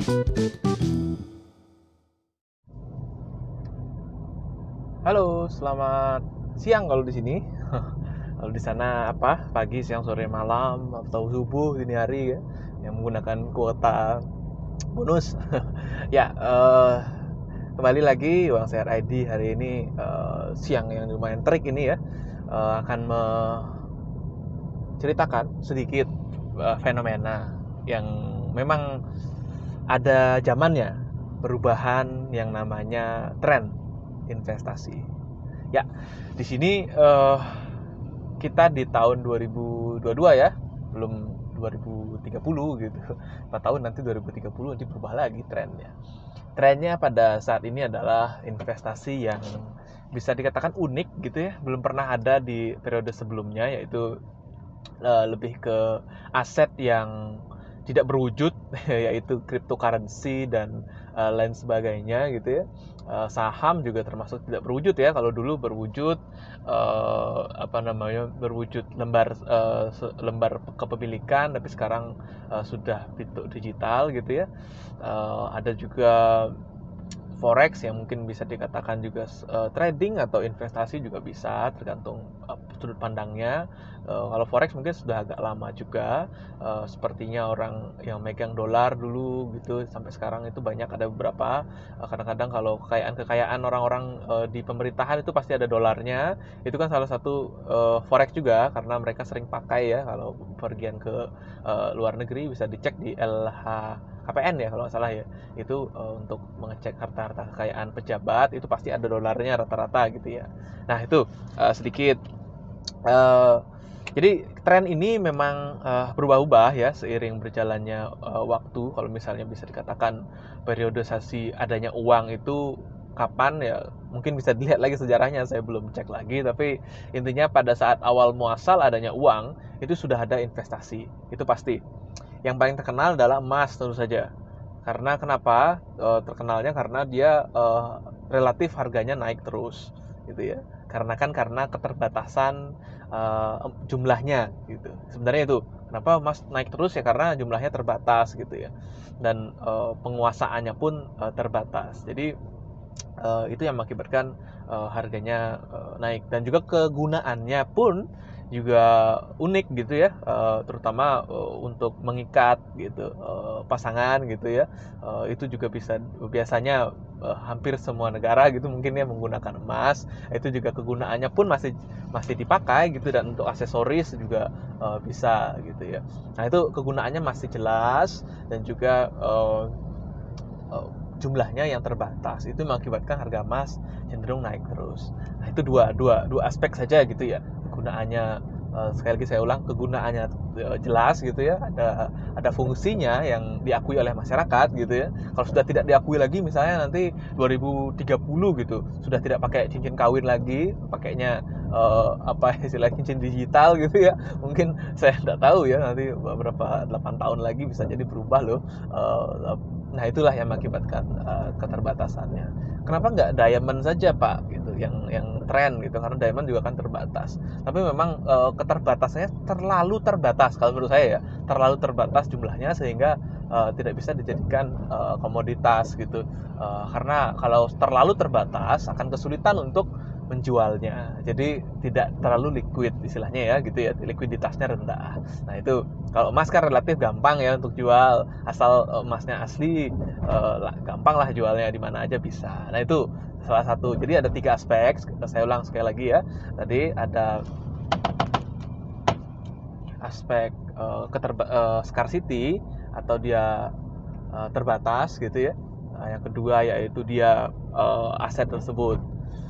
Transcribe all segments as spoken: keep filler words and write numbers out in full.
Halo, selamat siang kalau di sini. Kalau di sana apa? Pagi, siang, sore, malam, atau subuh, dini hari ya, yang menggunakan kuota bonus. Ya, eh, kembali lagi Uang Sehat I D hari ini, eh, siang yang lumayan terik ini ya, eh, akan menceritakan sedikit eh, fenomena yang memang ada zamannya, perubahan yang namanya tren investasi. Ya, di sini uh, kita di tahun dua ribu dua puluh dua ya, belum dua ribu tiga puluh gitu. empat tahun nanti dua ribu tiga puluh nanti berubah lagi trennya. Trennya pada saat ini adalah investasi yang bisa dikatakan unik gitu ya, belum pernah ada di periode sebelumnya, yaitu uh, lebih ke aset yang tidak berwujud yaitu cryptocurrency dan uh, lain sebagainya gitu ya. Uh, saham juga termasuk tidak berwujud ya. Kalau dulu berwujud uh, apa namanya berwujud lembar uh, lembar kepemilikan, tapi sekarang uh, sudah bentuk digital gitu ya. Uh, ada juga forex yang mungkin bisa dikatakan juga uh, trading atau investasi juga bisa, tergantung uh, sudut pandangnya. Uh, kalau forex mungkin sudah agak lama juga, uh, sepertinya orang yang megang dolar dulu gitu sampai sekarang itu banyak, ada beberapa. Uh, kadang-kadang kalau kekayaan-kekayaan orang-orang uh, di pemerintahan itu pasti ada dolarnya. Itu kan salah satu uh, forex juga karena mereka sering pakai ya kalau pergian ke uh, luar negeri, bisa dicek di L H K P N ya kalau nggak salah ya, itu uh, untuk mengecek harta-harta kekayaan pejabat itu pasti ada dolarnya rata-rata gitu ya. Nah itu uh, sedikit uh, jadi tren ini memang uh, berubah-ubah ya seiring berjalannya uh, waktu. Kalau misalnya bisa dikatakan periodisasi adanya uang itu kapan ya, mungkin bisa dilihat lagi sejarahnya, saya belum cek lagi, tapi intinya pada saat awal muasal adanya uang itu sudah ada investasi, itu pasti. Yang paling terkenal adalah emas tentu saja. Karena kenapa? E, terkenalnya karena dia e, relatif harganya naik terus, gitu ya. Karena kan karena keterbatasan e, jumlahnya, gitu. Sebenarnya itu kenapa emas naik terus ya, karena jumlahnya terbatas, gitu ya. Dan e, penguasaannya pun e, terbatas. Jadi e, itu yang mengakibatkan e, harganya e, naik, dan juga kegunaannya pun juga unik gitu ya, uh, terutama uh, untuk mengikat gitu uh, pasangan gitu ya. Uh, itu juga bisa, biasanya uh, hampir semua negara gitu mungkin ya menggunakan emas. Itu juga kegunaannya pun masih masih dipakai gitu, dan untuk aksesoris juga uh, bisa gitu ya. Nah itu kegunaannya masih jelas, dan juga uh, uh, jumlahnya yang terbatas, itu mengakibatkan harga emas cenderung naik terus. Nah itu dua dua dua aspek saja gitu ya. Kegunaannya, uh, sekali lagi saya ulang, kegunaannya uh, jelas gitu ya, ada ada fungsinya yang diakui oleh masyarakat gitu ya. Kalau sudah tidak diakui lagi, misalnya nanti dua ribu tiga puluh gitu sudah tidak pakai cincin kawin lagi, pakainya uh, apa istilah cincin digital gitu ya, mungkin saya tidak tahu ya, nanti beberapa delapan tahun lagi bisa jadi berubah loh. uh, Nah itulah yang mengakibatkan uh, keterbatasannya. Kenapa nggak diamond saja Pak gitu, yang yang tren gitu, karena diamond juga kan terbatas. Tapi memang uh, keterbatasannya terlalu terbatas kalau menurut saya ya, terlalu terbatas jumlahnya sehingga uh, tidak bisa dijadikan uh, komoditas gitu. Uh, karena kalau terlalu terbatas akan kesulitan untuk menjualnya, jadi tidak terlalu liquid istilahnya ya gitu ya, likuiditasnya rendah. Nah itu kalau emas kan relatif gampang ya untuk jual, asal emasnya asli, eh, gampang lah jualnya, di mana aja bisa. Nah itu salah satu. Jadi ada tiga aspek, saya ulang sekali lagi ya. Tadi ada aspek uh, keterba uh, scarcity atau dia uh, terbatas gitu ya. Nah, yang kedua yaitu dia uh, aset tersebut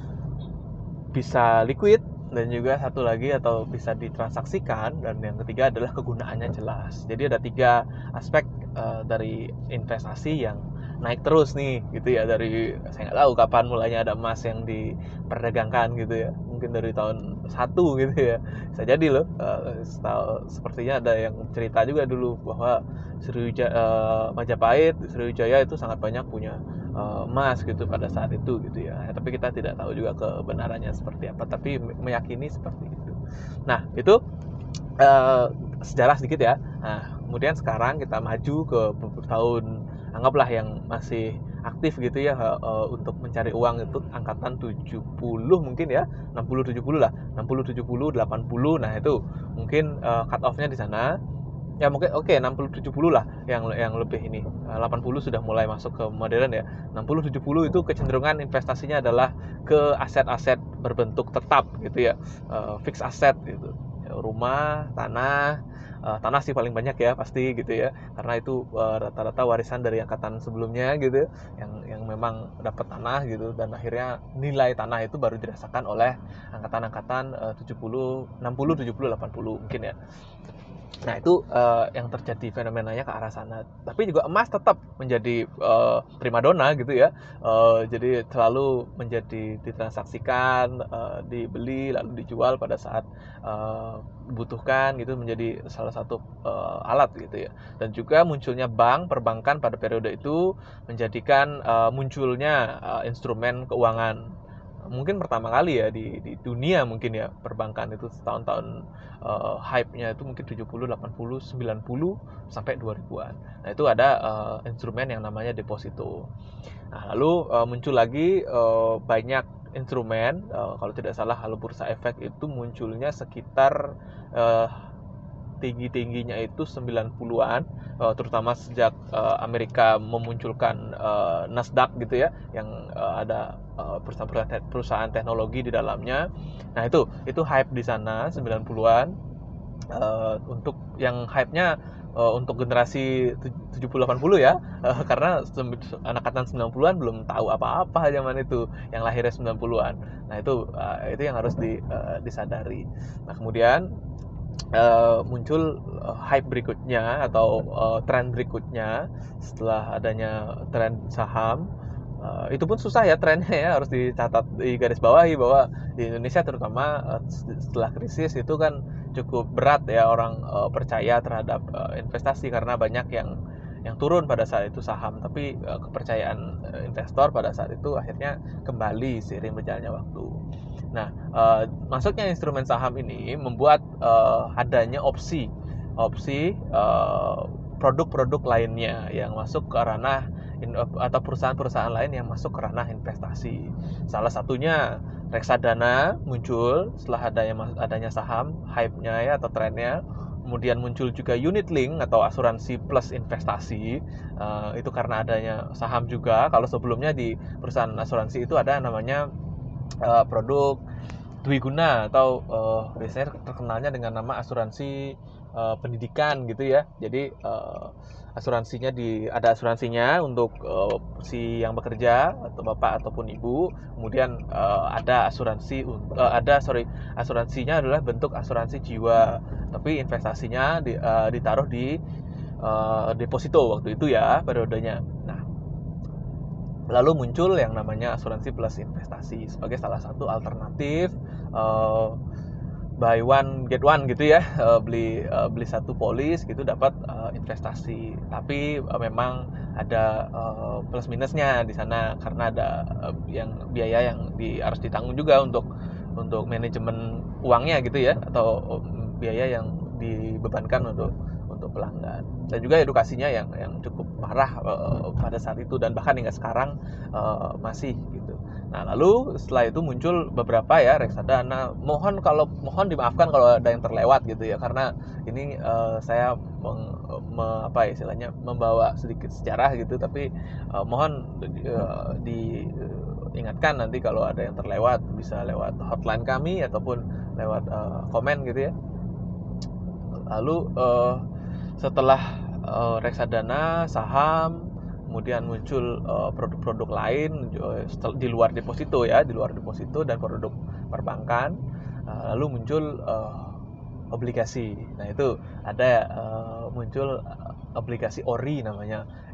bisa liquid, dan juga satu lagi atau bisa ditransaksikan, dan yang ketiga adalah kegunaannya jelas. Jadi ada tiga aspek uh, dari investasi yang naik terus nih gitu ya. Dari, saya nggak tahu kapan mulanya ada emas yang diperdagangkan gitu ya, mungkin dari tahun satu gitu ya, bisa jadi loh. Uh, sepertinya ada yang cerita juga dulu bahwa Sriwijaya, uh, Majapahit, Sriwijaya itu sangat banyak punya emas gitu pada saat itu gitu ya. Tapi kita tidak tahu juga kebenarannya seperti apa, tapi meyakini seperti itu. Nah itu uh, sejarah sedikit ya. Nah kemudian sekarang kita maju ke beberapa tahun, anggaplah yang masih aktif gitu ya, uh, untuk mencari uang itu angkatan tujuh puluh mungkin ya, enam puluh tujuh puluh lah, enam puluh tujuh puluh delapan puluh. Nah, itu mungkin uh, cut off-nya di sana. Ya mungkin oke okay, enam puluh tujuh puluh lah yang yang lebih ini. delapan puluh sudah mulai masuk ke modern ya. enam puluh tujuh puluh itu kecenderungan investasinya adalah ke aset-aset berbentuk tetap gitu ya. Uh, fixed asset gitu. Rumah, tanah, uh, tanah sih paling banyak ya pasti gitu ya. Karena itu uh, rata-rata warisan dari angkatan sebelumnya gitu yang yang memang dapat tanah gitu, dan akhirnya nilai tanah itu baru dirasakan oleh angkatan-angkatan uh, tujuh puluh, enam puluh, tujuh puluh, delapan puluh mungkin ya. Nah, itu uh, yang terjadi fenomenanya ke arah sana. Tapi juga emas tetap menjadi uh, primadona gitu ya. Uh, jadi selalu menjadi ditransaksikan, uh, dibeli lalu dijual pada saat uh, dibutuhkan gitu, menjadi salah satu uh, alat gitu ya. Dan juga munculnya bank, perbankan pada periode itu menjadikan uh, munculnya uh, instrumen keuangan. Mungkin pertama kali ya di, di dunia mungkin ya perbankan itu tahun-tahun uh, hype-nya itu mungkin tujuh puluh, delapan puluh, sembilan puluh sampai dua ribuan. Nah, itu ada uh, instrumen yang namanya deposito. Nah, lalu uh, muncul lagi uh, banyak instrumen, uh, kalau tidak salah kalau bursa efek itu munculnya sekitar uh, tinggi-tingginya itu sembilan puluhan, uh, terutama sejak uh, Amerika memunculkan uh, Nasdaq gitu ya, yang uh, ada uh, perusahaan perusahaan teknologi di dalamnya. Nah, itu itu hype di sana sembilan puluhan, uh, untuk yang hype-nya uh, untuk generasi tujuh puluh delapan puluh ya, uh, karena anak-anak sembilan puluhan belum tahu apa-apa zaman itu, yang lahirnya sembilan puluhan. Nah, itu uh, itu yang harus di, uh, disadari. Nah, kemudian Uh, muncul uh, hype berikutnya atau uh, tren berikutnya setelah adanya tren saham. Uh, itu pun susah ya trennya ya, harus dicatat, di garis bawahi bahwa di Indonesia terutama uh, setelah krisis itu kan cukup berat ya orang uh, percaya terhadap uh, investasi karena banyak yang yang turun pada saat itu saham, tapi uh, kepercayaan uh, investor pada saat itu akhirnya kembali seiring berjalannya waktu. Nah, uh, masuknya instrumen saham ini membuat uh, adanya opsi, opsi uh, produk-produk lainnya yang masuk ke ranah in, atau perusahaan-perusahaan lain yang masuk ke ranah investasi. Salah satunya reksadana muncul setelah adanya adanya saham, hype-nya ya atau trennya. Kemudian muncul juga unit link atau asuransi plus investasi. Uh, itu karena adanya saham juga. Kalau sebelumnya di perusahaan asuransi itu ada namanya Uh, produk dwiguna atau uh, biasanya terkenalnya dengan nama asuransi uh, pendidikan gitu ya. Jadi uh, asuransinya di ada asuransinya untuk uh, si yang bekerja atau bapak ataupun ibu. Kemudian uh, ada asuransi uh, ada sorry asuransinya adalah bentuk asuransi jiwa, tapi investasinya di, uh, ditaruh di uh, deposito waktu itu ya periodenya. Nah, lalu muncul yang namanya asuransi plus investasi sebagai salah satu alternatif uh, buy one get one gitu ya, uh, beli uh, beli satu polis gitu dapat uh, investasi. Tapi uh, memang ada uh, plus minusnya di sana karena ada uh, yang biaya yang di, harus ditanggung juga untuk untuk manajemen uangnya gitu ya, atau um, biaya yang dibebankan untuk untuk pelanggan, dan juga edukasinya yang yang cukup parah uh, pada saat itu dan bahkan hingga sekarang uh, masih gitu. Nah, lalu setelah itu muncul beberapa ya reksadana. Mohon kalau mohon dimaafkan kalau ada yang terlewat gitu ya, karena ini uh, saya meng, me, apa ya istilahnya membawa sedikit sejarah gitu, tapi uh, mohon uh, diingatkan nanti kalau ada yang terlewat, bisa lewat hotline kami ataupun lewat uh, komen gitu ya. Lalu uh, setelah uh, reksadana, saham, kemudian muncul uh, produk-produk lain uh, di luar deposito ya, di luar deposito dan produk perbankan. Uh, lalu muncul uh, obligasi. Nah, itu ada uh, muncul uh, obligasi ori namanya.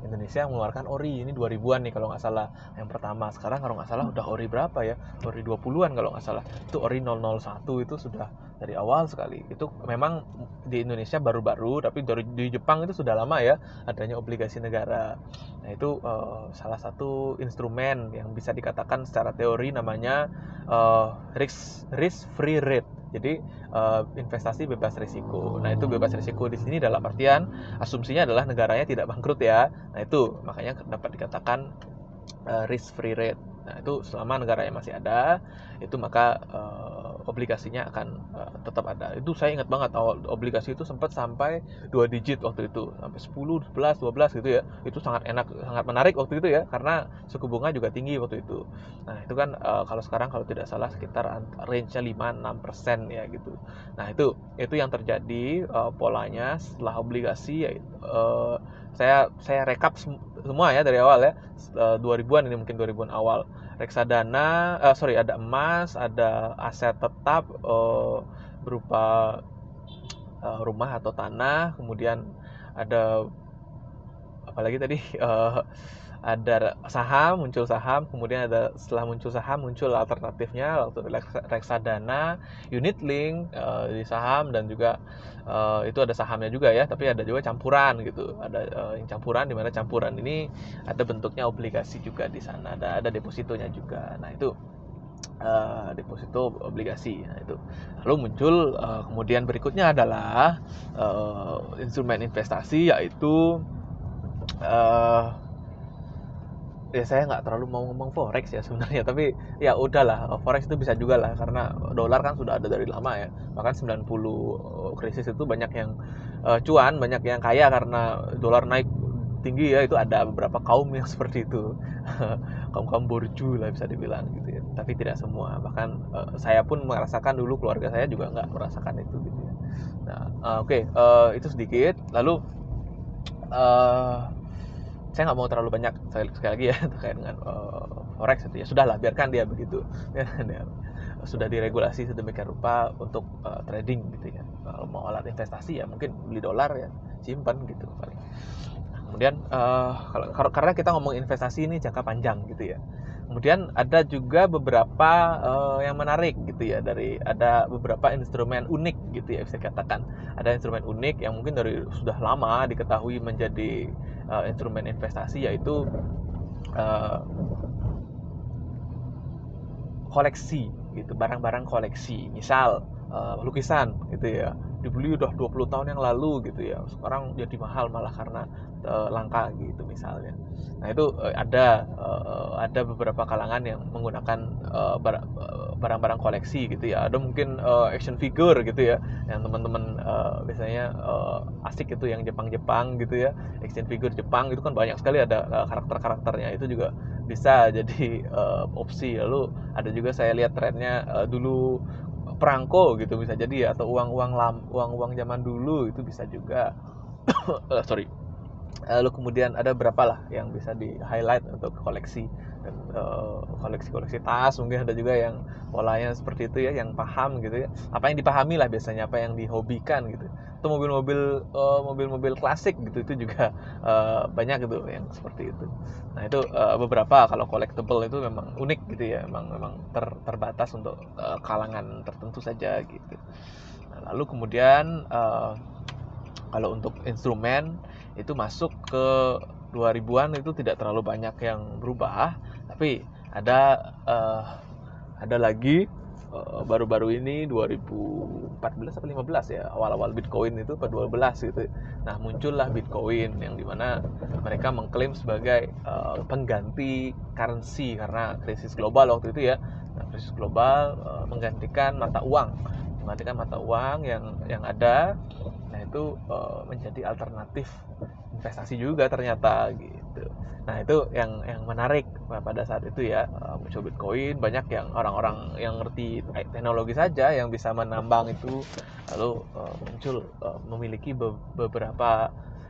Indonesia mengeluarkan ori ini dua ribuan nih kalau nggak salah yang pertama. Sekarang kalau nggak salah udah ori berapa ya, ori dua puluhan kalau nggak salah. Itu ori nol nol satu itu sudah dari awal sekali. Itu memang di Indonesia baru-baru, tapi dari di Jepang itu sudah lama ya adanya obligasi negara. Nah itu uh, salah satu instrumen yang bisa dikatakan secara teori namanya uh, risk risk free rate. Jadi uh, investasi bebas risiko. Nah itu bebas risiko di sini dalam artian asumsinya adalah negaranya tidak bangkrut ya. Nah itu makanya dapat dikatakan uh, risk free rate. Nah itu selama negaranya masih ada, itu maka uh, obligasinya akan uh, tetap ada. Itu saya ingat banget awal obligasi itu sempat sampai dua digit waktu itu, sampai sepuluh, sebelas, dua belas gitu ya. Itu sangat enak, sangat menarik waktu itu ya, karena suku bunga juga tinggi waktu itu. Nah itu kan uh, kalau sekarang kalau tidak salah sekitar range-nya lima sampai enam persen ya gitu. Nah itu itu yang terjadi uh, polanya setelah obligasi ya. Uh, saya saya rekap semua ya dari awal ya, dua ribuan ini mungkin dua ribuan awal. Reksadana, uh, sorry ada emas, ada aset tetap uh, berupa uh, rumah atau tanah, kemudian ada apalagi tadi uh, ada saham, muncul saham, kemudian ada setelah muncul saham muncul alternatifnya waktu reksadana, unit link uh, di saham, dan juga uh, itu ada sahamnya juga ya, tapi ada juga campuran gitu, ada uh, yang campuran, di mana campuran ini ada bentuknya obligasi juga di sana, ada ada depositonya juga. Nah itu uh, deposito obligasi. Nah itu lalu muncul uh, kemudian berikutnya adalah uh, instrumen investasi, yaitu uh, ya saya nggak terlalu mau ngomong forex ya sebenarnya, tapi ya udahlah, forex itu bisa juga lah karena dolar kan sudah ada dari lama ya. Bahkan sembilan puluh krisis itu banyak yang uh, cuan, banyak yang kaya karena dolar naik tinggi ya. Itu ada beberapa kaum yang seperti itu, kaum-kaum borju lah bisa dibilang gitu ya, tapi tidak semua. Bahkan uh, saya pun merasakan dulu, keluarga saya juga nggak merasakan itu gitu ya. Nah uh, oke okay, uh, itu sedikit. Lalu uh, saya nggak mau terlalu banyak sekali lagi ya terkait dengan uh, forex itu ya, sudahlah biarkan dia begitu ya, sudah diregulasi sedemikian rupa untuk uh, trading gitu ya. Kalau mau alat investasi ya mungkin beli dolar ya, simpan gitu paling. Nah, kemudian uh, kalau karena kita ngomong investasi ini jangka panjang gitu ya, kemudian ada juga beberapa uh, yang menarik gitu ya, dari ada beberapa instrumen unik gitu ya bisa dikatakan. Ada instrumen unik yang mungkin dari sudah lama diketahui menjadi uh, instrumen investasi, yaitu uh, koleksi gitu, barang-barang koleksi. Misal uh, lukisan gitu ya, dibeli udah dua puluh tahun yang lalu gitu ya, sekarang jadi mahal malah karena uh, langka gitu misalnya. Nah itu uh, ada uh, ada beberapa kalangan yang menggunakan uh, barang-barang koleksi gitu ya. Ada mungkin uh, action figure gitu ya, yang teman-teman uh, biasanya uh, asik itu yang Jepang-Jepang gitu ya. Action figure Jepang itu kan banyak sekali, ada uh, karakter-karakternya, itu juga bisa jadi uh, opsi. Lalu ada juga saya lihat trennya uh, dulu perangko gitu bisa jadi ya, atau uang-uang lam, uang-uang zaman dulu itu bisa juga. uh, sorry. Lalu kemudian ada berapa lah yang bisa di highlight untuk koleksi, dan uh, koleksi-koleksi tas mungkin ada juga yang polanya seperti itu ya, yang paham gitu ya, apa yang dipahami lah biasanya, apa yang dihobikan gitu. Atau mobil-mobil uh, mobil-mobil klasik gitu, itu juga uh, banyak gitu yang seperti itu. Nah itu uh, beberapa. Kalau collectible itu memang unik gitu ya, memang memang ter, terbatas untuk uh, kalangan tertentu saja gitu. Nah, lalu kemudian uh, kalau untuk instrumen itu masuk ke dua ribuan itu tidak terlalu banyak yang berubah, tapi ada uh, ada lagi uh, baru-baru ini dua ribu empat belas atau lima belas ya, awal-awal Bitcoin itu pada dua belas gitu. Nah muncullah Bitcoin yang dimana mereka mengklaim sebagai uh, pengganti currency karena krisis global waktu itu ya. Nah, krisis global uh, menggantikan mata uang, menggantikan mata uang yang yang ada. Nah itu uh, menjadi alternatif investasi juga ternyata gitu. Nah itu yang yang menarik pada saat itu ya, uh, muncul Bitcoin, banyak yang orang-orang yang ngerti teknologi saja yang bisa menambang itu, lalu uh, muncul uh, memiliki be- beberapa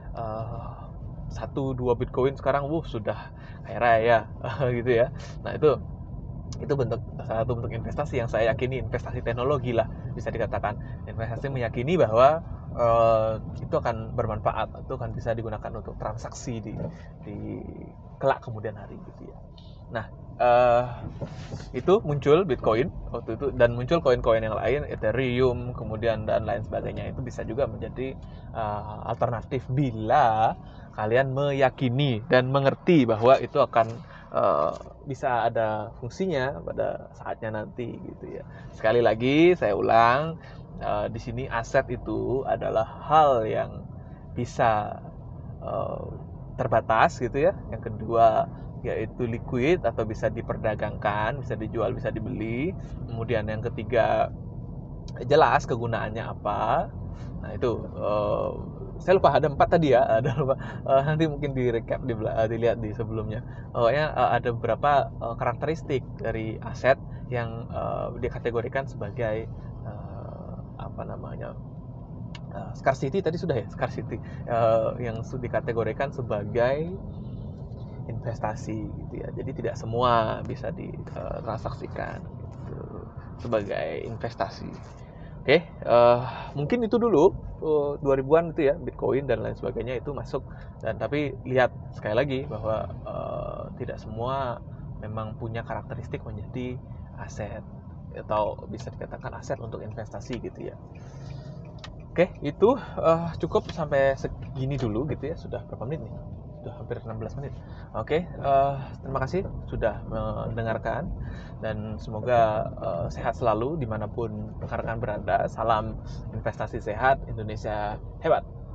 uh, satu dua Bitcoin sekarang, wuh sudah kaya raya gitu ya. Nah itu itu bentuk salah satu bentuk investasi yang saya yakini, investasi teknologi lah bisa dikatakan. Investasi meyakini bahwa uh, itu akan bermanfaat, itu akan bisa digunakan untuk transaksi di di kelak kemudian hari gitu ya. Nah, uh, itu muncul Bitcoin waktu itu, dan muncul koin-koin yang lain, Ethereum kemudian dan lain sebagainya. Itu bisa juga menjadi uh, alternatif bila kalian meyakini dan mengerti bahwa itu akan uh, bisa ada fungsinya pada saatnya nanti gitu ya. Sekali lagi saya ulang, uh, di sini aset itu adalah hal yang bisa uh, terbatas gitu ya. Yang kedua yaitu liquid atau bisa diperdagangkan, bisa dijual, bisa dibeli. Kemudian yang ketiga jelas kegunaannya apa. Nah itu uh, saya lupa ada empat tadi ya, ada lupa. Uh, nanti mungkin di recap, di, uh, dilihat di sebelumnya. Pokoknya uh, ada beberapa uh, karakteristik dari aset yang uh, dikategorikan sebagai uh, apa namanya uh, scarcity tadi sudah ya, scarcity uh, yang sudah dikategorikan sebagai investasi gitu ya. Jadi tidak semua bisa ditransaksikan gitu, sebagai investasi. Oke, uh, mungkin itu dulu uh, dua ribuan itu ya, Bitcoin dan lain sebagainya itu masuk. Dan tapi lihat sekali lagi bahwa uh, tidak semua memang punya karakteristik menjadi aset atau bisa dikatakan aset untuk investasi gitu ya. Oke, itu uh, cukup sampai segini dulu gitu ya. Sudah berapa menit nih? Sudah hampir enam belas menit. Oke, uh, terima kasih sudah mendengarkan, dan semoga uh, sehat selalu dimanapun rekan-rekan berada. Salam investasi sehat, Indonesia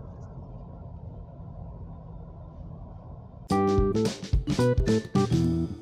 hebat.